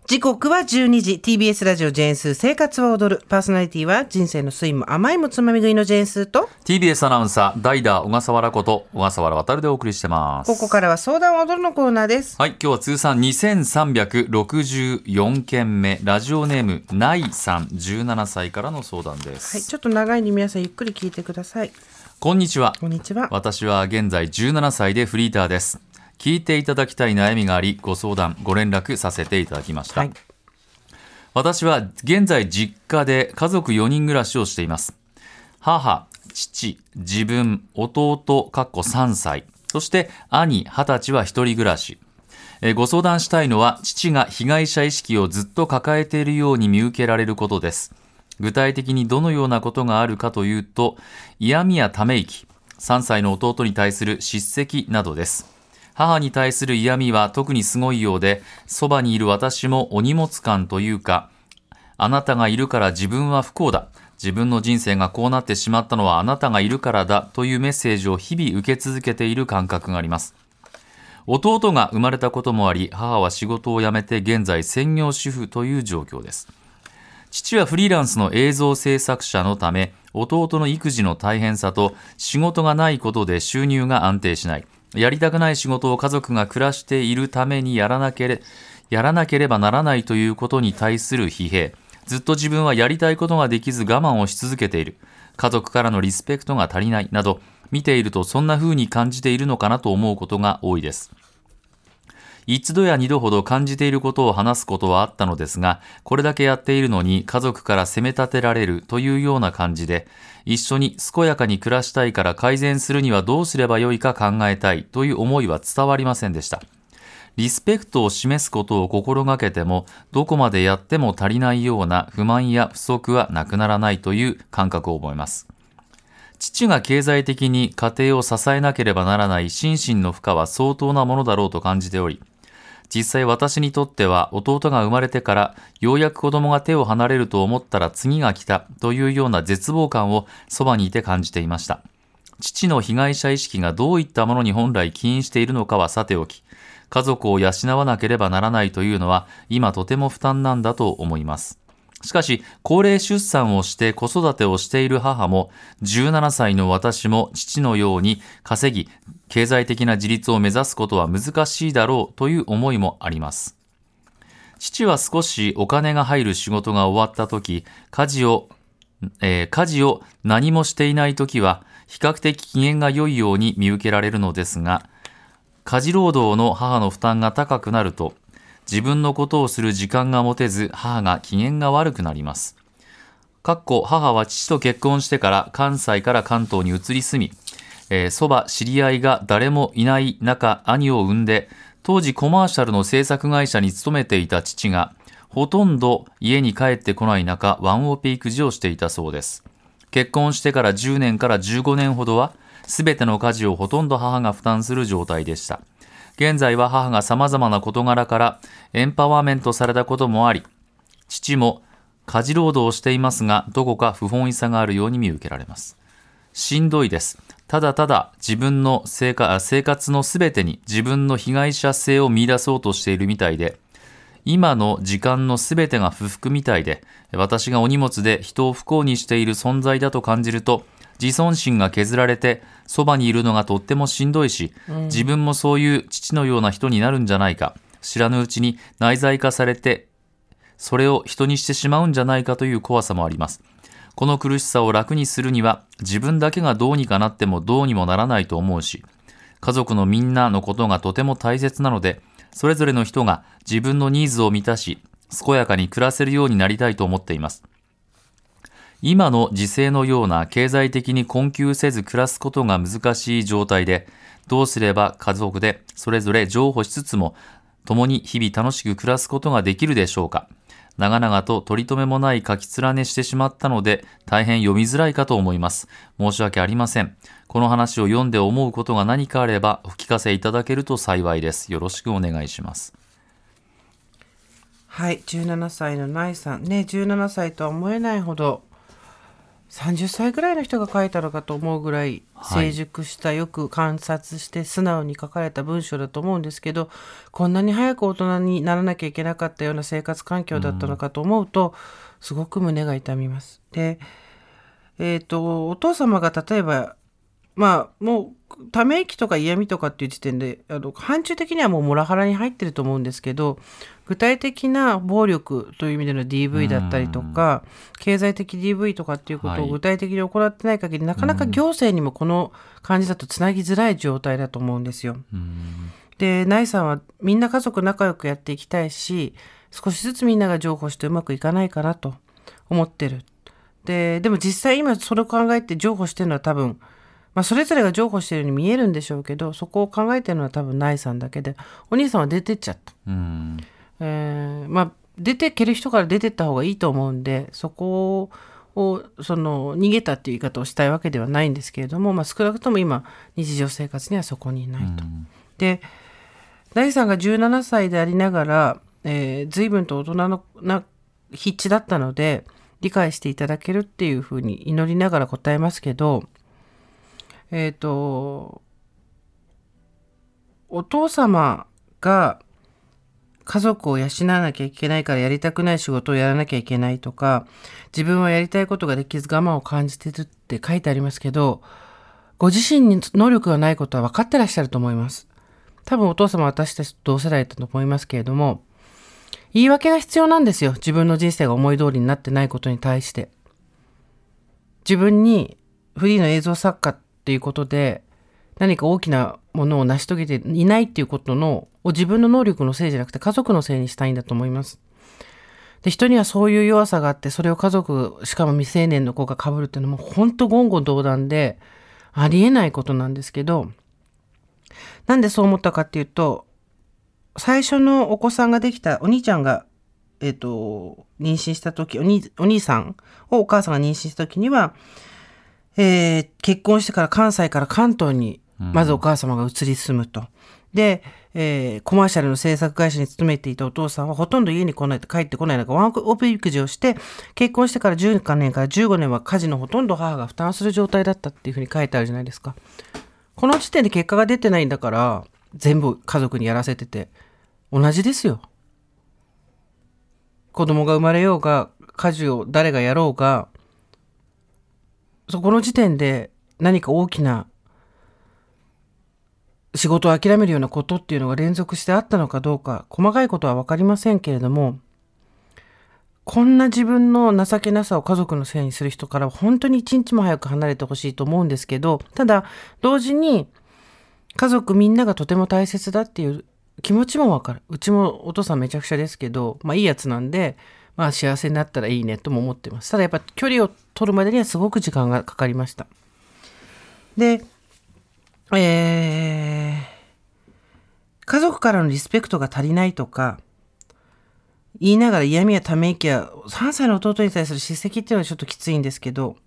時刻は12時。 TBS ラジオジェーンスー生活は踊る。パーソナリティは人生の酸いも甘いもつまみ食いのジェーンスーと TBS アナウンサー代打小笠原こと小笠原渉でお送りしてます。 ここからは相談を踊るのコーナーです。 はい、今日は通算2364件目、ラジオネームないさん17歳からの相談です。 はい、ちょっと長いんで皆さんゆっくり聞いてください。 こんにちは。 こんにちは。 私は現在17歳でフリーターです。聞いていただきたい悩みがあり、ご相談ご連絡させていただきました。はい、私は現在実家で家族4人暮らしをしています。母、父、自分、弟3歳、そして兄20歳は一人暮らし。ご相談したいのは、父が被害者意識をずっと抱えているように見受けられることです。具体的にどのようなことがあるかというと、嫌味やため息、3歳の弟に対する叱責などです。母に対する嫌味は特にすごいようで、そばにいる私もお荷物感というか、あなたがいるから自分は不幸だ、自分の人生がこうなってしまったのはあなたがいるからだというメッセージを日々受け続けている感覚があります。弟が生まれたこともあり、母は仕事を辞めて現在専業主婦という状況です。父はフリーランスの映像制作者のため、弟の育児の大変さと仕事がないことで収入が安定しない、やりたくない仕事を家族が暮らしているためにやらなければならないということに対する疲弊、ずっと自分はやりたいことができず我慢をし続けている、家族からのリスペクトが足りないなど、見ているとそんな風に感じているのかなと思うことが多いです。一度や二度ほど感じていることを話すことはあったのですが、これだけやっているのに家族から責め立てられるというような感じで、一緒に健やかに暮らしたいから改善するにはどうすればよいか考えたいという思いは伝わりませんでした。リスペクトを示すことを心がけても、どこまでやっても足りないような不満や不足はなくならないという感覚を覚えます。父が経済的に家庭を支えなければならない心身の負荷は相当なものだろうと感じており、実際私にとっては弟が生まれてからようやく子供が手を離れると思ったら次が来たというような絶望感をそばにいて感じていました。父の被害者意識がどういったものに本来起因しているのかはさておき、家族を養わなければならないというのは今とても負担なんだと思います。しかし高齢出産をして子育てをしている母も17歳の私も父のように稼ぎ経済的な自立を目指すことは難しいだろうという思いもあります。父は少しお金が入る仕事が終わった時、家事を何もしていない時は比較的機嫌が良いように見受けられるのですが、家事労働の母の負担が高くなると自分のことをする時間が持てず、母が機嫌が悪くなります。母は父と結婚してから関西から関東に移り住み、知り合いが誰もいない中兄を産んで、当時コマーシャルの制作会社に勤めていた父がほとんど家に帰ってこない中ワンオペ育児をしていたそうです。結婚してから10年から15年ほどは全ての家事をほとんど母が負担する状態でした。現在は母が様々な事柄からエンパワーメントされたこともあり、父も家事労働をしていますが、どこか不本意さがあるように見受けられます。しんどいです。ただただ自分の生活のすべてに自分の被害者性を見出そうとしているみたいで、今の時間のすべてが不服みたいで、私がお荷物で人を不幸にしている存在だと感じると、自尊心が削られてそばにいるのがとってもしんどいし、自分もそういう父のような人になるんじゃないか、知らぬうちに内在化されてそれを人にしてしまうんじゃないかという怖さもあります。この苦しさを楽にするには自分だけがどうにかなってもどうにもならないと思うし、家族のみんなのことがとても大切なので、それぞれの人が自分のニーズを満たし健やかに暮らせるようになりたいと思っています。今の時勢のような経済的に困窮せず暮らすことが難しい状態で、どうすれば家族でそれぞれ譲歩しつつも共に日々楽しく暮らすことができるでしょうか。長々と取り留めもない書き連ねしてしまったので大変読みづらいかと思います。申し訳ありません。この話を読んで思うことが何かあればお聞かせいただけると幸いです。よろしくお願いします。 はい、17歳のナイさんね、17歳とは思えないほど 30歳ぐらいの人が書いたのかと思うぐらい成熟した、よく観察して素直に書かれた文章だと思うんですけど、こんなに早く大人にならなきゃいけなかったような生活環境だったのかと思うと、すごく胸が痛みます。で、お父様が例えばもうため息とか嫌味とかっていう時点で範疇的にはもうモラハラに入ってると思うんですけど、具体的な暴力という意味での DV だったりとか経済的 DV とかっていうことを具体的に行ってない限り、なかなか行政にもこの感じだとつなぎづらい状態だと思うんですよ。で、ナイさんはみんな家族仲良くやっていきたいし、少しずつみんなが譲歩してうまくいかないかなと思ってる。でも実際今それを考えて譲歩してるのは多分それぞれが譲歩してるように見えるんでしょうけど、そこを考えてるのは多分ナイさんだけで、お兄さんは出てっちゃった。出てける人から出てった方がいいと思うんで、そこを逃げたっていう言い方をしたいわけではないんですけれども、少なくとも今日常生活にはそこにいないと。で、ナイさんが17歳でありながら、随分と大人の筆致だったので理解していただけるっていうふうに祈りながら答えますけど、お父様が家族を養わなきゃいけないからやりたくない仕事をやらなきゃいけないとか、自分はやりたいことができず我慢を感じてるって書いてありますけど、ご自身に能力がないことは分かってらっしゃると思います。多分お父様は私たちと同世代だと思いますけれども、言い訳が必要なんですよ。自分の人生が思い通りになってないことに対して。自分にフリーの映像作家っていうことで何か大きなものを成し遂げていないっていうことを自分の能力のせいじゃなくて家族のせいにしたいんだと思います。で、人にはそういう弱さがあって、それを家族、しかも未成年の子が被るっていうのも本当言語道断でありえないことなんですけど、なんでそう思ったかっていうと、最初のお子さんができたお兄ちゃんが妊娠した時、お兄さんをお母さんが妊娠した時には、結婚してから関西から関東にまずお母様が移り住むと。で、コマーシャルの制作会社に勤めていたお父さんはほとんど家に帰ってこない中、ワンオペ育児をして、結婚してから10年から15年は家事のほとんど母が負担する状態だったっていうふうに書いてあるじゃないですか。この時点で結果が出てないんだから全部家族にやらせてて同じですよ。子供が生まれようが家事を誰がやろうが、そこの時点で何か大きな仕事を諦めるようなことっていうのが連続してあったのかどうか、細かいことは分かりませんけれども、こんな自分の情けなさを家族のせいにする人から本当に一日も早く離れてほしいと思うんですけど、ただ同時に家族みんながとても大切だっていう気持ちも分かる。うちもお父さんめちゃくちゃですけど、いいやつなんで、幸せになったらいいねとも思ってます。ただやっぱ距離を取るまでにはすごく時間がかかりました。で、家族からのリスペクトが足りないとか言いながら嫌味やため息や3歳の弟に対する叱責っていうのはちょっときついんですけど、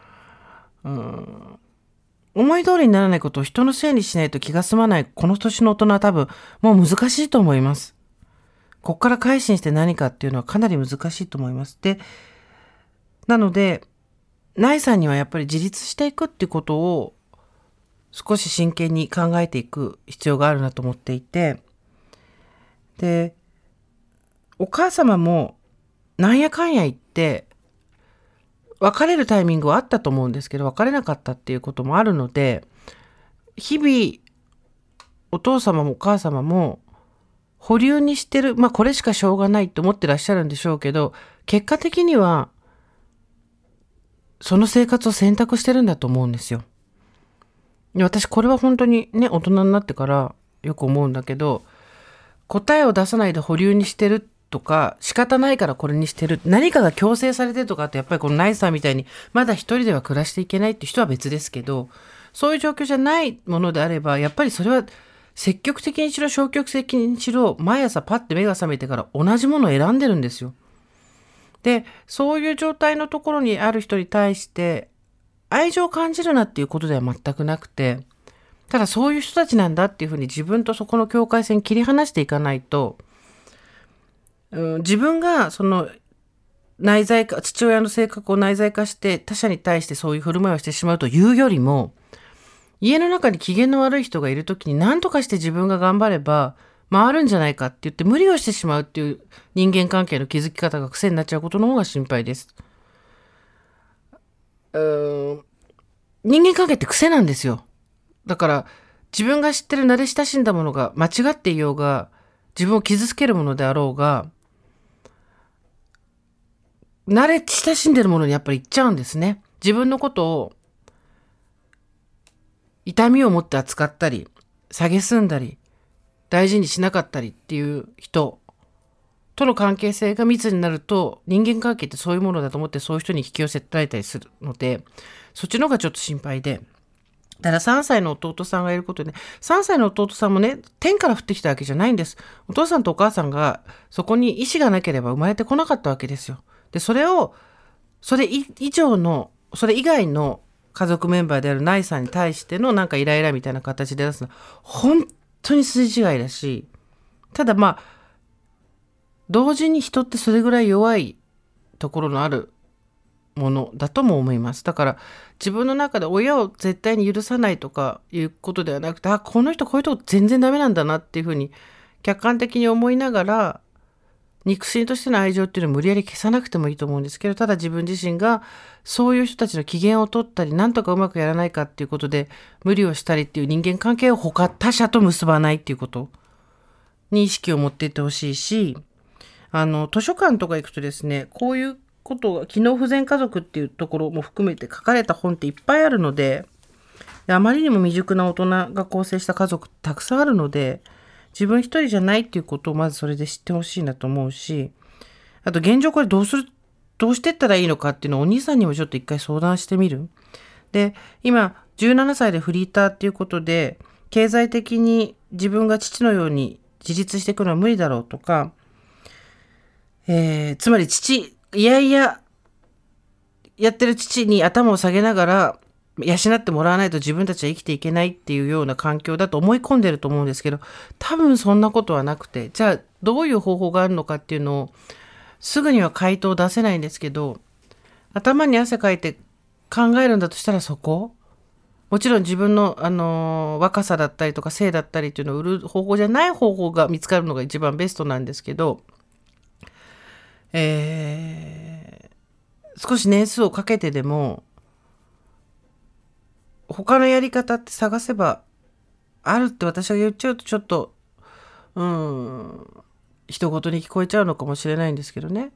思い通りにならないことを人のせいにしないと気が済まないこの年の大人は多分もう難しいと思います。こっから改心して何かっていうのはかなり難しいと思います。で、なのでナイさんにはやっぱり自立していくっていうことを少し真剣に考えていく必要があるなと思っていて、で、お母様もなんやかんや言って別れるタイミングはあったと思うんですけど、別れなかったっていうこともあるので、日々お父様もお母様も保留にしてる、これしかしょうがないと思ってらっしゃるんでしょうけど、結果的にはその生活を選択してるんだと思うんですよ。私これは本当にね、大人になってからよく思うんだけど、答えを出さないで保留にしてるとか、仕方ないからこれにしてる、何かが強制されてるとかって、やっぱりこのナイさんみたいにまだ一人では暮らしていけないって人は別ですけど、そういう状況じゃないものであれば、やっぱりそれは積極的にしろ消極的にしろ、毎朝パッて目が覚めてから同じものを選んでるんですよ。で、そういう状態のところにある人に対して愛情を感じるなっていうことでは全くなくて、ただそういう人たちなんだっていうふうに自分とそこの境界線切り離していかないと、自分がその内在化、父親の性格を内在化して他者に対してそういう振る舞いをしてしまうというよりも、家の中に機嫌の悪い人がいるときに何とかして自分が頑張れば回るんじゃないかって言って無理をしてしまうっていう人間関係の築き方が癖になっちゃうことの方が心配です。人間関係って癖なんですよ。だから自分が知ってる慣れ親しんだものが間違っていようが、自分を傷つけるものであろうが、慣れ親しんでるものにやっぱり行っちゃうんですね。自分のことを痛みを持って扱ったり、蔑んだり、大事にしなかったりっていう人との関係性が密になると、人間関係ってそういうものだと思ってそういう人に引き寄せられたりするので、そっちの方がちょっと心配で。だから3歳の弟さんがいることで、3歳の弟さんもね、天から降ってきたわけじゃないんです。お父さんとお母さんがそこに意思がなければ生まれてこなかったわけですよ。で、それ以上の、それ以外の家族メンバーであるナイさんに対してのなんかイライラみたいな形で出すのは本当に筋違いだし、ただまあ同時に人ってそれぐらい弱いところのあるものだとも思います。だから自分の中で親を絶対に許さないとかいうことではなくて、この人こういうとこ全然ダメなんだなっていうふうに客観的に思いながら、肉親としての愛情っていうのを無理やり消さなくてもいいと思うんですけど、ただ自分自身がそういう人たちの機嫌を取ったり、なんとかうまくやらないかっていうことで無理をしたりっていう人間関係を他者と結ばないっていうことに意識を持っていってほしいし、図書館とか行くとですね、こういうことが機能不全家族っていうところも含めて書かれた本っていっぱいあるので、あまりにも未熟な大人が構成した家族たくさんあるので、自分一人じゃないっていうことをまずそれで知ってほしいなと思うし、あと現状これどうしていったらいいのかっていうのをお兄さんにもちょっと一回相談してみる。で、今17歳でフリーターっていうことで、経済的に自分が父のように自立していくのは無理だろうとか、つまりいやいややってる父に頭を下げながら養ってもらわないと自分たちは生きていけないっていうような環境だと思い込んでると思うんですけど、多分そんなことはなくて、じゃあどういう方法があるのかっていうのをすぐには回答を出せないんですけど、頭に汗かいて考えるんだとしたらそこ、もちろん自分の、若さだったりとか性だったりっていうのを売る方法じゃない方法が見つかるのが一番ベストなんですけど、少し年数をかけてでも他のやり方って探せばあるって私が言っちゃうとちょっと人事に聞こえちゃうのかもしれないんですけどね、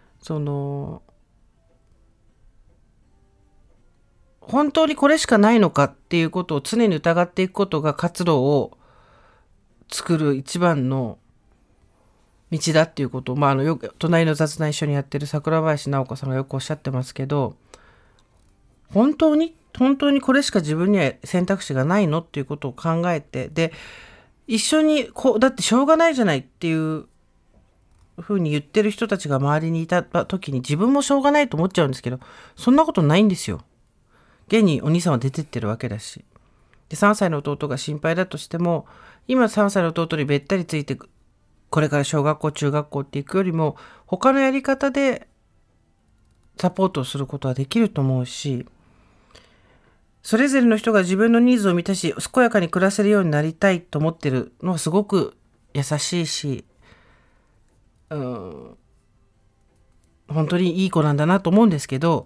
本当にこれしかないのかっていうことを常に疑っていくことが活路を作る一番の道だっていうことを、よく隣の雑談一緒にやってる桜林直子さんがよくおっしゃってますけど、本当にこれしか自分には選択肢がないのっていうことを考えて、で一緒にだってしょうがないじゃないっていうふうに言ってる人たちが周りにいた時に自分もしょうがないと思っちゃうんですけど、そんなことないんですよ。現にお兄さんは出てってるわけだし、で3歳の弟が心配だとしても、今3歳の弟にべったりついてこれから小学校中学校って行くよりも他のやり方でサポートをすることはできると思うし、それぞれの人が自分のニーズを満たし健やかに暮らせるようになりたいと思ってるのはすごく優しいし、本当にいい子なんだなと思うんですけど、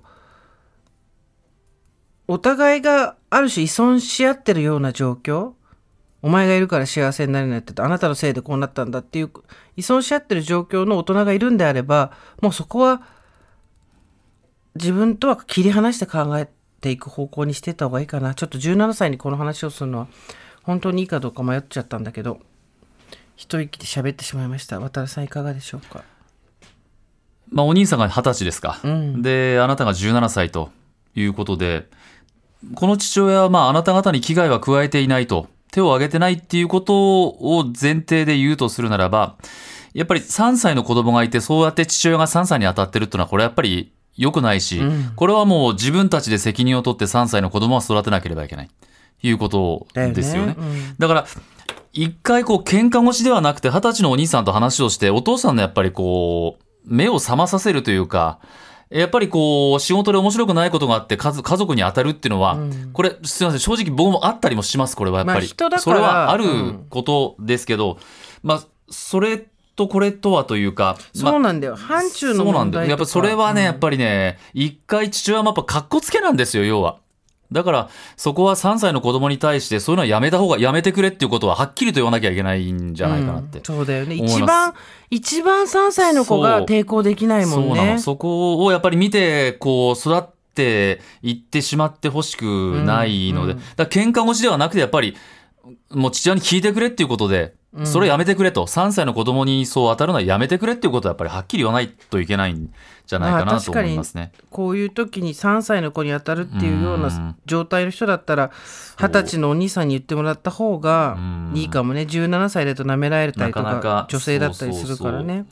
お互いがある種依存し合ってるような状況、お前がいるから幸せになれないって、あなたのせいでこうなったんだっていう依存し合ってる状況の大人がいるんであれば、もうそこは自分とは切り離して考えていく方向にしていった方がいいかな。ちょっと17歳にこの話をするのは本当にいいかどうか迷っちゃったんだけど、一息で喋ってしまいました。渡辺さんいかがでしょうか。 お兄さんが20歳ですか、であなたが17歳ということで、この父親はあなた方に危害は加えていないと、手を挙げてないっていうことを前提で言うとするならば、やっぱり3歳の子供がいてそうやって父親が3歳に当たってるっていうのはこれやっぱり良くないし、これはもう自分たちで責任を取って3歳の子供は育てなければいけないということですよね。だから一回喧嘩腰ではなくて20歳のお兄さんと話をして、お父さんのやっぱり目を覚まさせるというか、やっぱりこう仕事で面白くないことがあって家族に当たるっていうのは、これすいません、正直僕もあったりもします。これはやっぱり、 人だからそれはあることですけど、それとこれとはというか、 そうなんだよ、範疇の問題とか。そうなんだよ。 やっぱそれはね、やっぱりね、一回父親もやっぱカッコつけなんですよ、要は。だからそこは3歳の子供に対してそういうのはやめてくれっていうことははっきりと言わなきゃいけないんじゃないかなってそうだよね。一番3歳の子が抵抗できないもんね。 そうなの。そこをやっぱり見てこう育っていってしまってほしくないので、だから喧嘩腰ではなくてやっぱりもう父親に聞いてくれっていうことで、それやめてくれと、3歳の子供にそう当たるのはやめてくれっていうことはやっぱりはっきり言わないといけないんじゃないかなと思いますね。 こういう時に3歳の子に当たるっていうような状態の人だったら、20歳のお兄さんに言ってもらった方がいいかもね。17歳だと舐められたりとか女性だったりするからね。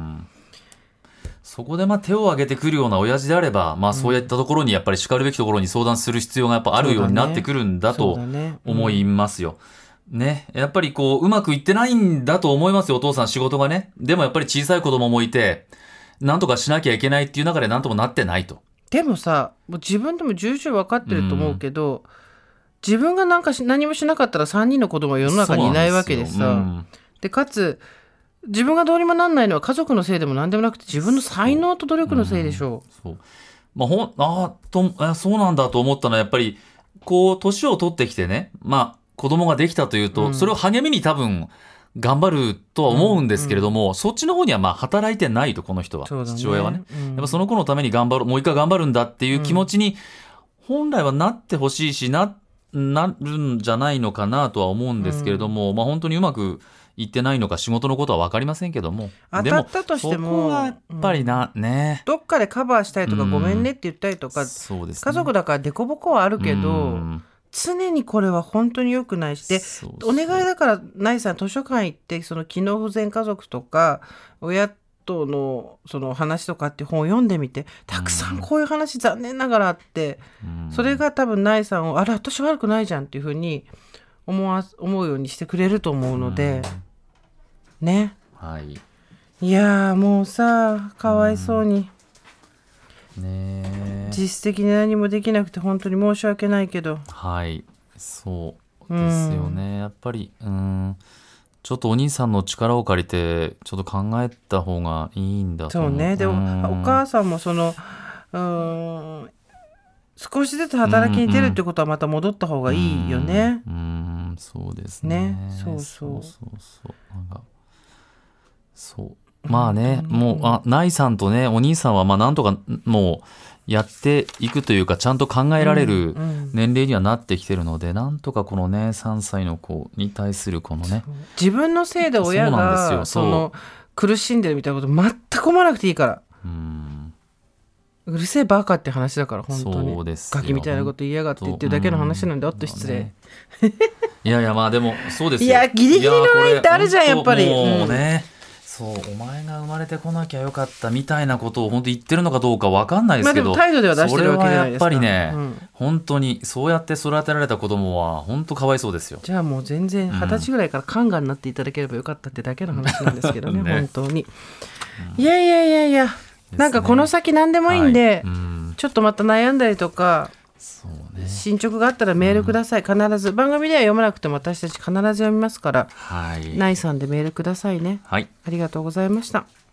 そこで手を挙げてくるような親父であれば、そういったところにやっぱりしかるべきところに相談する必要がやっぱあるようになってくるんだと思いますよ。ね、やっぱりうまくいってないんだと思いますよ、お父さん仕事がね。でもやっぱり小さい子供もいて、なんとかしなきゃいけないっていう中でなんともなってないと。 でもさ、もう自分でも重々分かってると思うけど、自分が何もしなかったら3人の子供は世の中にいないわけでさ。でかつ自分がどうにもなんないのは家族のせいでも何でもなくて、自分の才能と努力のせいでしょう。 そうなんだと思ったのはやっぱり年を取ってきてね、子供ができたというと、それを励みに多分頑張るとは思うんですけれども、そっちの方には働いてないと、この人は、父親はね、やっぱその子のためにもう一回頑張るんだっていう気持ちに本来はなってほしいし、なるんじゃないのかなとは思うんですけれども、本当にうまくいってないのか仕事のことは分かりませんけども、 当たったとしてもそこはやっぱりね、 どっかでカバーしたりとか、ごめんねって言ったりとか、 そうですね、 家族だからデコボコはあるけど、常にこれは本当に良くないし、でお願いだからナイさん図書館行って、その機能不全家族とか親とのその話とかって本を読んでみて、たくさんこういう話残念ながらあって、それが多分ナイさんを私悪くないじゃんっていうふうに思うようにしてくれると思うのでね。 はい、 いやもうさ、かわいそうに、 ね、 実質的に何もできなくて本当に申し訳ないけど、 はいそうですよね。やっぱりちょっとお兄さんの力を借りてちょっと考えた方がいいんだと思う。 そうね。でもお母さんも少しずつ働きに出るってことはまた戻った方がいいよね。 そうですね。そうもうナイさんとね、お兄さんはなんとかもうやっていくというか、ちゃんと考えられる年齢にはなってきてるので、なんとかこのね3歳の子に対するこのね、 自分のせいで親が苦しんでるみたいなこと全く思わなくていいから。うるせえバカって話だから、本当にそうですよ、 ガキみたいなこと言いやがって言ってるだけの話なんで、おっと失礼、 いやでもそうですよ。 いやギリギリのラインってあるじゃん、やっぱり。 もうね、お前が生まれてこなきゃよかったみたいなことを本当言ってるのかどうか分かんないですけど、 でも態度では出してるわけじゃないですか。 それはやっぱりね、本当にそうやって育てられた子供は本当かわいそうですよ。 じゃあもう全然20歳ぐらいからカンガになっていただければよかったってだけの話なんですけどね本当に。いやなんかこの先何でもいいんで、ちょっとまた悩んだりとか、進捗があったらメールください。必ず番組では読まなくても私たち必ず読みますから、ナイさんでメールくださいね。 はい、 ありがとうございました。